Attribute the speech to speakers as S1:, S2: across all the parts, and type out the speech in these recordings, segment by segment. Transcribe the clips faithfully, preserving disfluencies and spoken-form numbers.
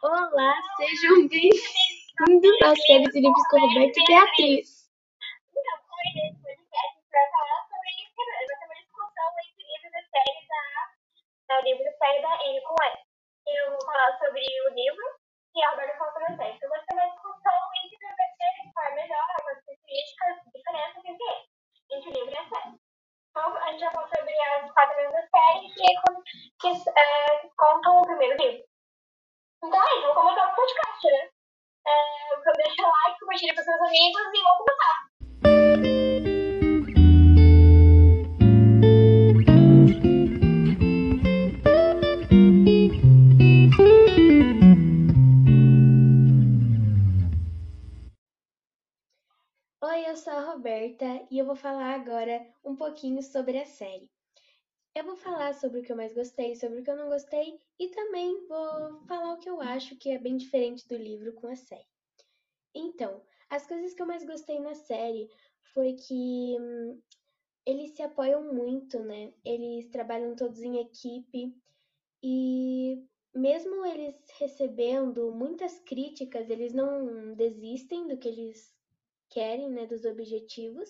S1: Olá, sejam bem-vindos à série de livros com Roberto e Beatriz.
S2: Então, foi nesse podcast para falar sobre isso, vai ter uma discussão entre livros e séries da, da livro e série da N com E. Eu vou falar sobre o livro e a Roberta falou sobre a série. Então, vai ter uma discussão entre o P C, qual é melhor, algumas características, diferenças entre eles, entre o livro e a série. Então, a gente já falou sobre as quatro livros da série que, que, é, que contam o primeiro livro. Então é isso, vou começar o podcast, né? É, então deixa o like, compartilha com seus amigos e vamos começar.
S1: Oi, eu sou a Roberta e eu vou falar agora um pouquinho sobre a série. Eu vou falar sobre o que eu mais gostei, sobre o que eu não gostei e também vou falar o que eu acho que é bem diferente do livro com a série. Então, as coisas que eu mais gostei na série foi que hum, eles se apoiam muito, né? Eles trabalham todos em equipe e mesmo eles recebendo muitas críticas, eles não desistem do que eles querem, né, dos objetivos.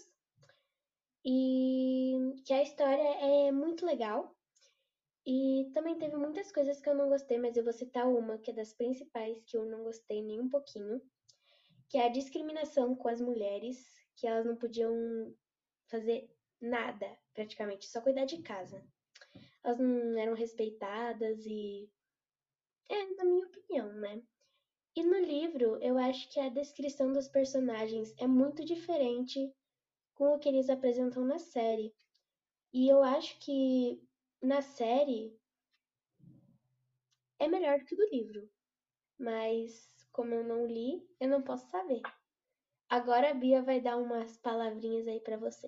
S1: E que a história é muito legal. E também teve muitas coisas que eu não gostei, mas eu vou citar uma que é das principais que eu não gostei nem um pouquinho, que é a discriminação com as mulheres, que elas não podiam fazer nada, praticamente, só cuidar de casa. Elas não eram respeitadas e é, na minha opinião, né? E no livro, eu acho que a descrição dos personagens é muito diferente com o que eles apresentam na série. E eu acho que na série é melhor do que do livro. Mas como eu não li, eu não posso saber. Agora a Bia vai dar umas palavrinhas aí pra vocês.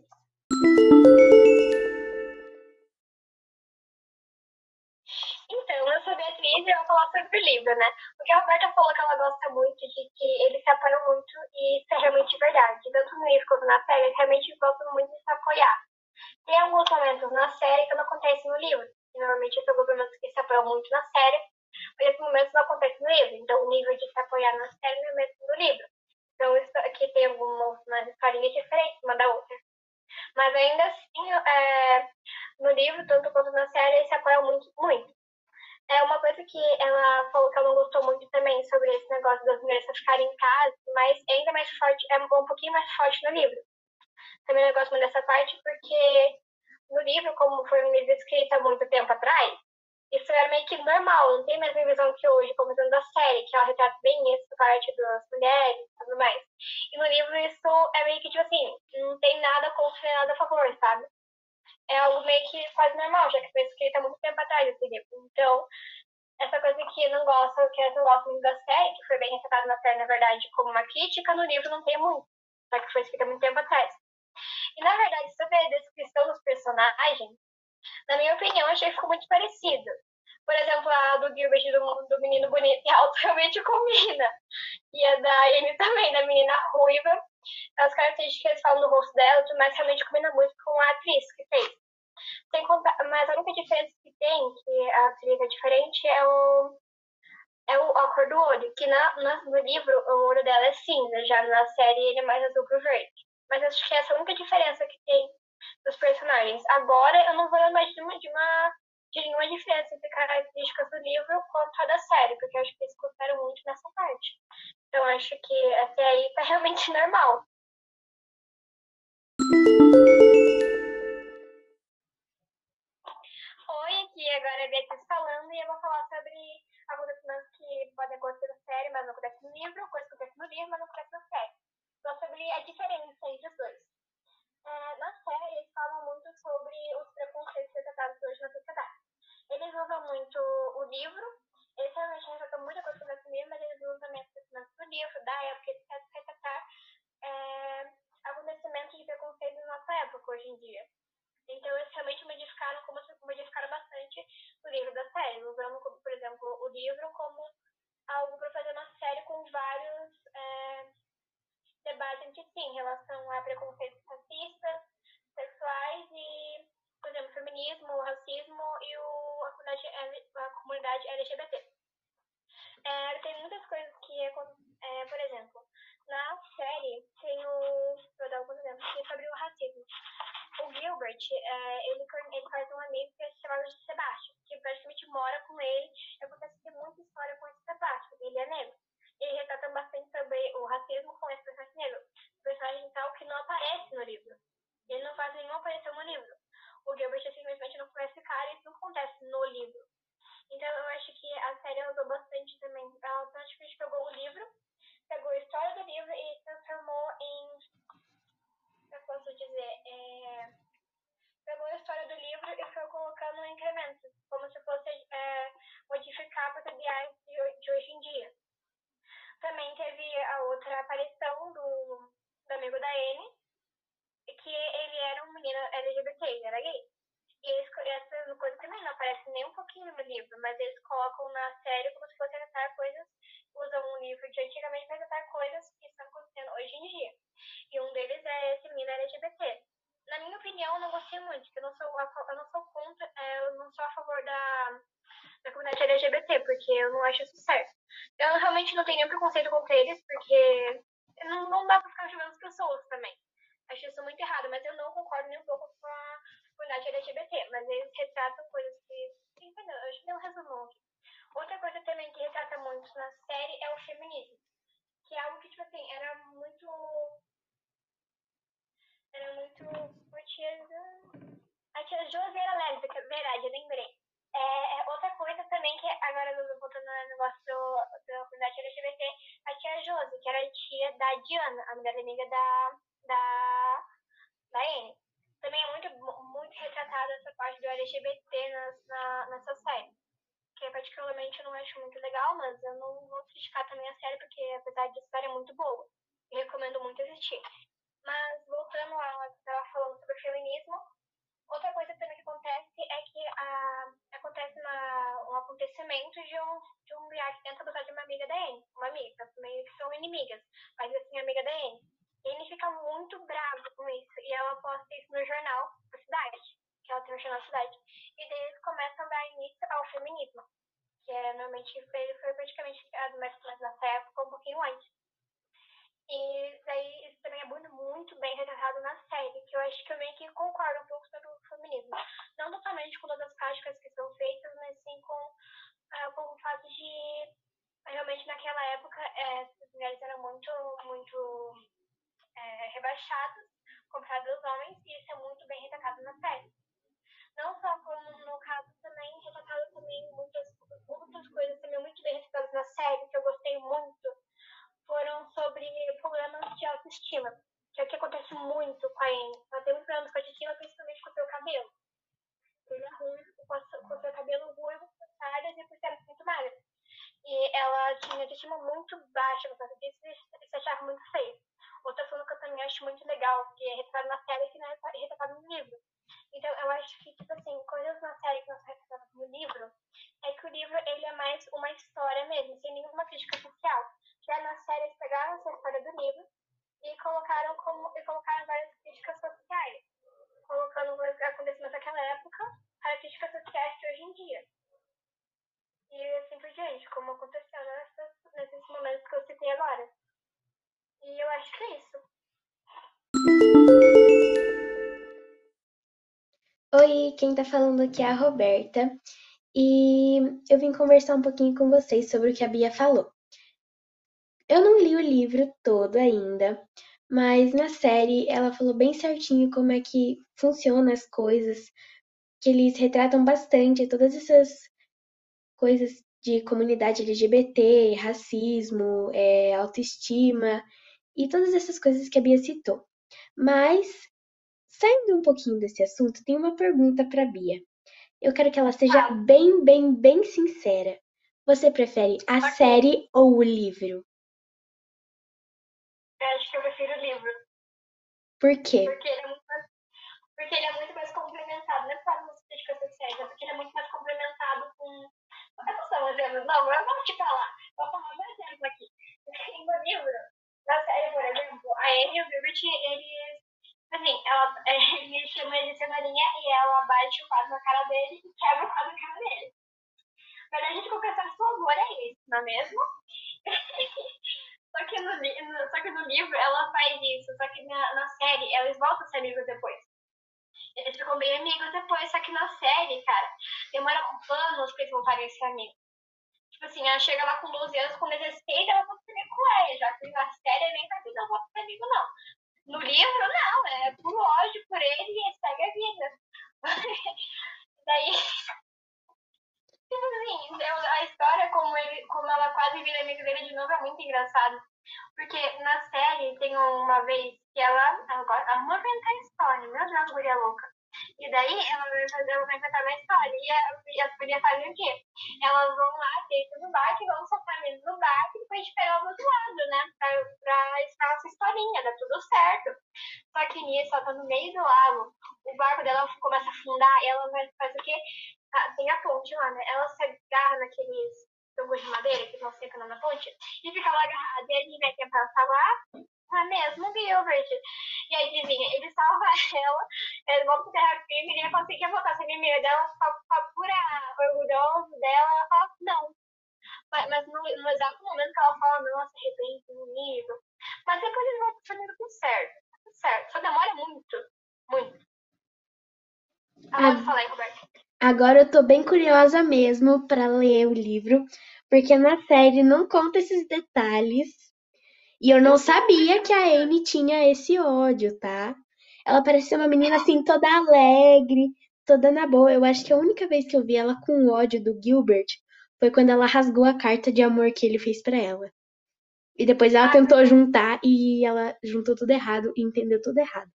S2: Então, eu sou a Beatriz e eu vou falar sobre o livro, né? Porque a Roberta falou que ela gosta muito de que eles se apoiam muito e isso é realmente verdade. Tanto no livro quanto na série, eles realmente gostam muito de se apoiar. Tem alguns momentos na série que não acontecem no livro. E normalmente tem alguns momentos que se apoiam muito na série, mas esses momentos não acontecem no livro. Então, o nível de se apoiar na série não é o mesmo no livro. Então, isso aqui tem algumas historinhas diferentes uma da outra. Mas ainda assim, é, no livro, tanto quanto na série, eles se apoiam muito, muito. É uma coisa que ela falou que ela não gostou muito também sobre esse negócio das mulheres só ficarem em casa, mas é ainda mais forte, é um pouquinho mais forte no livro. Também eu gosto muito dessa parte porque no livro, como foi um livro escrito há muito tempo atrás, isso era meio que normal, não tem a mesma visão que hoje, como dentro da série, que ela retrata bem isso, parte das mulheres e tudo mais. E no livro isso é meio que tipo assim, não tem nada contra nem nada a favor, sabe? É algo meio que quase normal, já que foi escrito há muito tempo atrás esse livro. Então, essa coisa que não gosta, que eu não gosto muito da série, que foi bem retratada na série, na verdade, como uma crítica, no livro não tem muito, só que foi escrito há muito tempo atrás. E na verdade, sobre a descrição dos personagens, na minha opinião, achei que ficou muito parecido. Por exemplo, a do Gilbert do, do menino bonito e alto realmente combina. E a da Amy também, da menina ruiva. As características que eles falam no rosto dela, tudo mais realmente combina muito com a atriz que fez. Sem contar, mas a única diferença que tem, que a atriz é diferente, é o, é o, a cor do olho. Que na, na, no livro o olho dela é cinza, já na série ele é mais azul pro verde. Mas acho que essa é a única diferença que tem dos personagens. Agora eu não vou lembrar de uma, de uma de nenhuma diferença entre características do livro quanto a da série, porque eu acho que eles cooperam muito nessa parte. Então acho que até aí tá realmente normal. Oi, aqui agora é a Beatriz falando e eu vou falar sobre acontecimentos que podem acontecer na série, mas não acontece no livro, coisas que acontecem no livro, mas não acontece na série. Então, sobre a diferença entre os dois. É, na série, eles falam muito sobre os preconceitos retratados hoje na sociedade. Eles usam muito o livro, eles realmente retratam muita coisa que acontece no livro, mas eles usam também acontecimentos do livro, da época, etc, retratar é, acontecimentos de preconceito na nossa época, hoje em dia. Então, eles realmente modificaram, como modificaram bastante o livro da série, usando, por exemplo, o livro como algo para fazer uma série com vários é, debates entre si, em relação a preconceitos racistas, sexuais e, por exemplo, feminismo, o racismo e o, a, comunidade, a comunidade L G B T. É, tem muitas coisas que, é, por exemplo, na série tem o. Vou dar alguns exemplos, que é sobre o racismo. O Gilbert, é, ele, ele faz um amigo que é chamado de Sebastian, que praticamente mora com ele. Acontece que tem muita história com esse Sebastian, ele é negro. Ele retrata bastante sobre o racismo com esse personagem negro. Personagem tal que não aparece no livro. Ele não faz nenhuma aparição no livro. O Gilbert simplesmente não conhece esse cara e isso não acontece no livro. Então eu acho que a série usou bastante também. Ela praticamente pegou o livro, pegou a história do livro e transformou em. Eu posso dizer, é, pegou a história do livro e foi colocando em incrementos, como se fosse é, modificar português de, de hoje em dia. Também teve a outra aparição do, do amigo da Anne, que ele era um menino L G B T, ele era gay. E eles, essa coisa também não aparece nem um pouquinho no livro, mas eles colocam na série como se fosse retratar coisas, usam um livro de antigamente para retratar coisas que estão acontecendo hoje em dia. E um deles é esse menino L G B T. Na minha opinião, eu não gostei muito, porque eu não sou, eu não sou contra, eu não sou a favor da, da comunidade L G B T, porque eu não acho isso certo. Eu realmente não tenho nenhum preconceito contra eles, porque não, não dá pra ficar julgando as pessoas também. Acho isso muito errado, mas eu não concordo nem um pouco com a comunidade L G B T, mas eles retratam coisas que. Entendeu? Eu acho que deu um resumão aqui. Outra coisa também que retrata muito na série é o feminismo, que é algo que, tipo assim, era muito. Era muito. A tia, a tia Josi era lésbica, verdade, eu lembrei. É, outra coisa também que, agora voltando no negócio do, da comunidade L G B T, a tia Josi, que era a tia da Diana, a melhor amiga da. da. da Anne. Também é muito, muito retratada essa parte do L G B T nas, na, nessa série. Que particularmente eu não acho muito legal, mas eu não vou criticar também a série, porque apesar de história é muito boa. Eu recomendo muito assistir. Mas voltando a que estava falando sobre o feminismo, outra coisa também que acontece é que a, acontece uma, um acontecimento de um, de um viagem dentro da de uma amiga da Anne. Uma amiga, meio que são inimigas, mas assim, amiga da Anne. E ele fica muito bravo com isso. E ela posta isso no jornal da cidade, que ela tem um jornal da cidade. E daí eles começam a dar início ao feminismo, que é, normalmente ele foi praticamente criado mais nessa época, um pouquinho antes. E daí isso também é muito, muito bem retratado na série, que eu acho que eu meio que concordo um pouco sobre o feminismo. Não totalmente com todas as práticas que são feitas, mas sim com, ah, com o fato de realmente naquela época é, as mulheres eram muito, muito é, rebaixadas comparado aos homens, e isso é muito bem retratado na série. Não só como no caso também, retratado também muitas, muitas coisas também muito bem retratadas na série, que eu gostei muito, foram sobre problemas de autoestima, que é o que acontece muito com a Anne. Ela tem muitos problemas com autoestima, principalmente com o seu cabelo. Ele é ruim, com o seu cabelo ruivo, com sardas e por ser muito magra. E ela tinha autoestima muito baixa por causa disso e se achava muito feio. Outra coisa que eu também acho muito legal, que é retratado na série, que não é retratado no livro. Então, eu acho que, tipo assim, coisas na série que não são retratadas no livro, é que o livro, ele é mais uma história mesmo, sem nenhuma crítica social. Já na série, eles pegaram essa história do livro e colocaram, como, e colocaram várias críticas sociais, colocando o que aconteceu naquela época para críticas sociais de hoje em dia. E assim por diante, como aconteceu nessas, nesses momentos que eu citei agora. E eu acho que é isso.
S1: Oi, quem tá falando aqui é a Roberta. E eu vim conversar um pouquinho com vocês sobre o que a Bia falou. Eu não li o livro todo ainda, mas na série ela falou bem certinho como é que funcionam as coisas, que eles retratam bastante todas essas coisas de comunidade L G B T, racismo, é, autoestima e todas essas coisas que a Bia citou. Mas, saindo um pouquinho desse assunto, tem uma pergunta para a Bia. Eu quero que ela seja bem, bem, bem sincera. Você prefere a okay. série ou o livro?
S2: Eu acho que eu prefiro o livro.
S1: Por quê?
S2: Porque ele é muito mais, porque ele é muito mais complementado. Não é por causa das críticas sociais, é porque ele é muito mais complementado com. Eu vou dar um exemplo. Não, eu vou te falar. Vou falar um exemplo aqui. No livro, na série, por exemplo, a Anne e o Gilbert, eles. Assim, ela, ele chama ele de cenourinha e ela bate o quadro na cara dele e quebra o quadro na cara dele. Na verdade, de qualquer forma, o amor é esse. não é mesmo? Só que, no, no, só que no livro ela faz isso, só que na, na série eles voltam a ser amigos depois. Eles ficam bem amigos depois, só que na série, cara, demora anos pra eles voltarem a ser amigos. Tipo assim, ela chega lá com doze anos, com dezesseis, ela volta a ser amigo com ele, já que na série nem vai não volta a ser amigo, não. No livro, não, é por ódio por ele e ele segue a vida. Daí, tipo assim, a história, como, ele, como ela quase vira amiga dele de novo, é muito engraçado. Porque na série tem uma vez que ela. Agora, ela vai inventar a história, meu Deus, guria louca. E daí ela vai fazer, ela vai inventar uma história. E, a, e as gurias fazem o quê? Elas vão lá dentro do bar, que vão soltar mesmo no bar, e depois a gente pega ela do outro lado, né? Pra, pra estar essa historinha, dá tudo certo. Só que nisso, ela tá no meio do lago, o barco dela começa a afundar, e ela vai, faz o quê? Ah, tem a ponte lá, né? Ela se agarra naqueles tubos de madeira que estão secando na ponte, e fica lá agarrada. E a Lívia quer passar lá, não é mesmo, Gilbert? E aí, Divinha, ele salva ela, eles vão pro terra firme, e ele fala assim, quer voltar, você me meio dela, pra pura orgulhoso dela, ela fala, não. Mas, mas no, no exato momento que ela fala, não, se arrepende comigo. Mas depois eles vão fazendo tudo certo, tudo certo. Só demora muito, muito. Ah, pode falar aí, Roberto.
S1: Agora eu tô bem curiosa mesmo pra ler o livro, porque na série não conta esses detalhes. E eu não sabia que a Amy tinha esse ódio, tá? Ela parecia uma menina assim, toda alegre, toda na boa. Eu acho que a única vez que eu vi ela com ódio do Gilbert foi quando ela rasgou a carta de amor que ele fez pra ela. E depois ela
S2: Ah,
S1: tentou juntar e ela juntou tudo errado e entendeu tudo errado.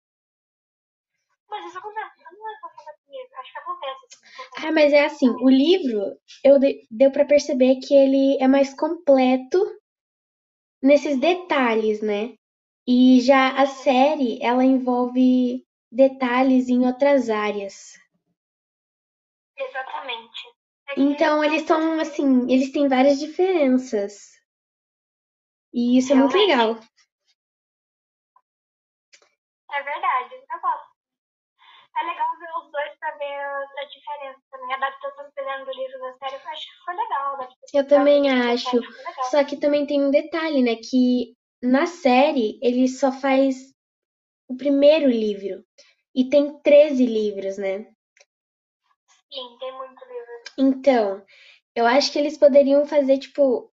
S2: Mas isso acontece. Eu não lembro se acontece. Acho que acontece. Assim,
S1: Ah, mas é assim, o livro, eu de- deu pra perceber que ele é mais completo nesses detalhes, né? E já a série, ela envolve detalhes em outras áreas.
S2: Exatamente. É que,
S1: Então, eles são assim, eles têm várias diferenças. E isso é muito
S2: realmente,
S1: legal.
S2: é verdade. Eu gosto. É legal ver os dois pra ver a, a diferença também. A adaptação que fizeram do livro da série, eu acho que foi legal. A adaptação
S1: Eu
S2: que fizeram do
S1: também
S2: livro da
S1: acho.
S2: série foi legal.
S1: Só que também tem um detalhe, né? Que na série ele só faz o primeiro livro. E tem treze livros, né?
S2: Sim, tem muito livro.
S1: Então, eu acho que eles poderiam fazer, tipo,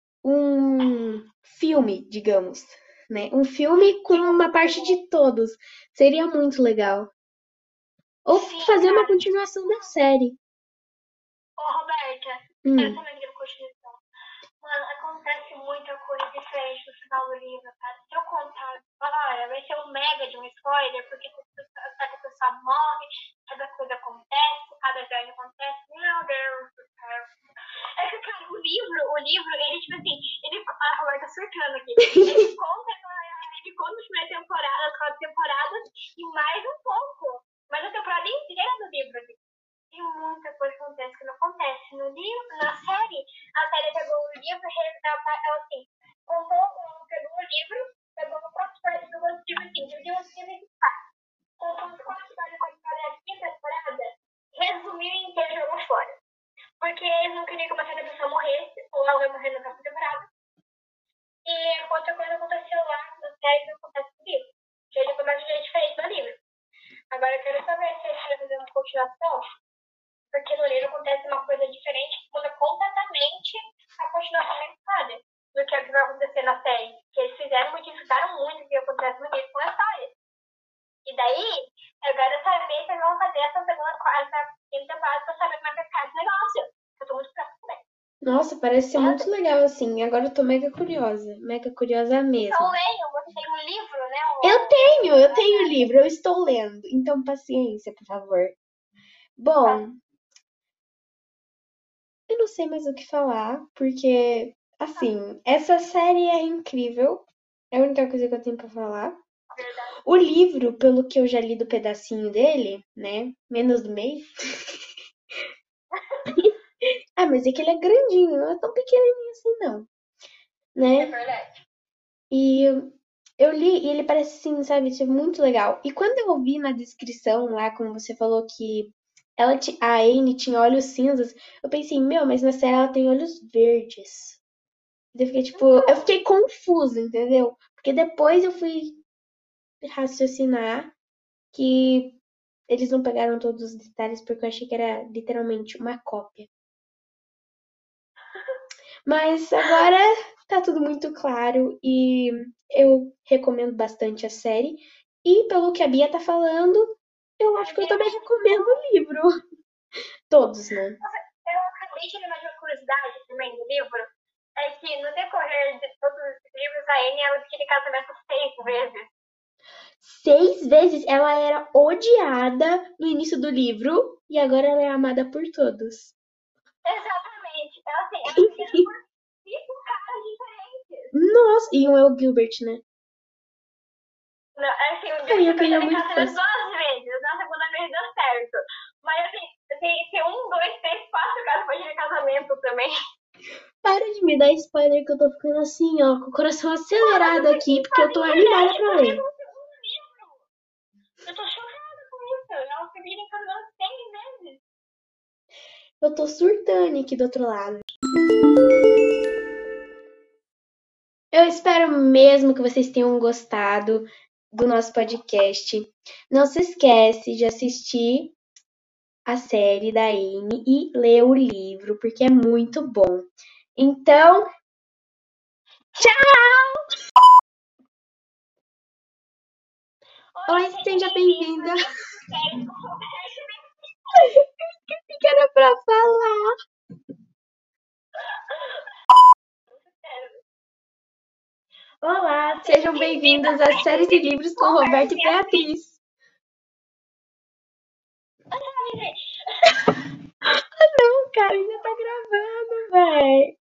S1: um filme, digamos, né? Um filme com uma parte de todos. Seria muito legal. Ou
S2: Sim,
S1: fazer uma
S2: cara.
S1: continuação da série.
S2: Ô, Roberta, eu
S1: Hum.
S2: também quero continuação. Mano, acontece muita coisa diferente no final do livro, cara. Se eu contar, olha, vai ser um mega de um spoiler, porque cada pessoa morre, cada coisa acontece, cada viagem acontece. Meu Deus do céu. É que, cara, o livro, o livro, ele, tipo assim, ele. A Roberta surtando aqui. Ele conta, ele conta as primeiras temporadas, as quatro temporadas e mais um pouco. Mas a temporada inteira do livro. Tem muita coisa que acontece que não acontece no livro, na série. A série pegou o livro, ela assim, contou, pegou o livro, pegou uma própria história, pegou o livro assim, dividiu o livro em quatro. Contou as quatro histórias da história da quinta temporada, resumiu inteiro e jogou fora. Porque eles não queriam que uma certa pessoa morresse, ou ela vai morrer na próxima temporada. E outra coisa aconteceu lá na série não acontece no livro. Que ele começa de jeito diferente no livro. Agora eu quero saber se eles vão fazer uma continuação. Porque no livro acontece uma coisa diferente que muda completamente a continuação da história do que é o que vai acontecer na série. Que eles fizeram, modificaram muito o que acontece no livro com a história. E daí, eu quero saber se eles vão fazer essa segunda, essa quinta temporada pra saber como é que vai ficar esse negócio. Eu tô muito curiosa também.
S1: Nossa, parece ser muito legal, assim. Agora eu tô mega curiosa. Mega curiosa mesmo.
S2: Então leiam, você tem um livro, né? Um...
S1: Eu tenho, eu tenho o livro, eu estou lendo. Então, paciência, por favor. Bom, eu não sei mais o que falar, porque, assim, essa série é incrível. É a única coisa que eu tenho pra falar.
S2: Verdade.
S1: O livro, pelo que eu já li do pedacinho dele, né? Menos do meio. Ah, mas é que ele é grandinho, não é tão pequenininho assim, não. Né?
S2: É verdade.
S1: E eu li e ele parece, assim, sabe, ser muito legal. E quando eu ouvi na descrição lá, como você falou que ela a Anne tinha olhos cinzas, eu pensei, meu, mas na série ela tem olhos verdes. Eu fiquei, tipo, eu fiquei confusa, entendeu? Porque depois eu fui raciocinar que eles não pegaram todos os detalhes porque eu achei que era literalmente uma cópia. Mas agora tá tudo muito claro e eu recomendo bastante a série. E pelo que a Bia tá falando, eu acho que eu também recomendo o livro. Todos, né?
S2: Eu acabei de lembrar de uma curiosidade também do livro. É que no decorrer de todos os livros, a Anne ela pediu casamento seis vezes.
S1: Seis vezes ela era odiada no início do livro e agora ela é amada por todos.
S2: Exatamente. Ela, assim, ela pediu por cinco caras diferentes.
S1: Nossa, e um é o Gilbert, né?
S2: Não, assim, o
S1: Ai,
S2: Gilbert
S1: eu
S2: foi
S1: queria
S2: fazer
S1: muito
S2: casamento
S1: fosse.
S2: duas vezes. Na segunda vez deu certo. Mas assim, tem, tem um, dois, três, quatro caras pra pedir casamento também.
S1: Para de me dar spoiler que eu tô ficando assim, ó, com o coração acelerado aqui, porque eu tô animada pra ler.
S2: Eu tô chocada com isso. Ela se vira casando seis vezes.
S1: Eu tô surtando aqui do outro lado. Eu espero mesmo que vocês tenham gostado do nosso podcast. Não se esquece de assistir a série da Anne e ler o livro, porque é muito bom. Então, tchau! Oi, seja bem-vinda. O que era pra falar? Olá, sejam bem-vindos às séries e livros com Roberto e Beatriz. Ah, não, cara, ainda tá gravando, velho.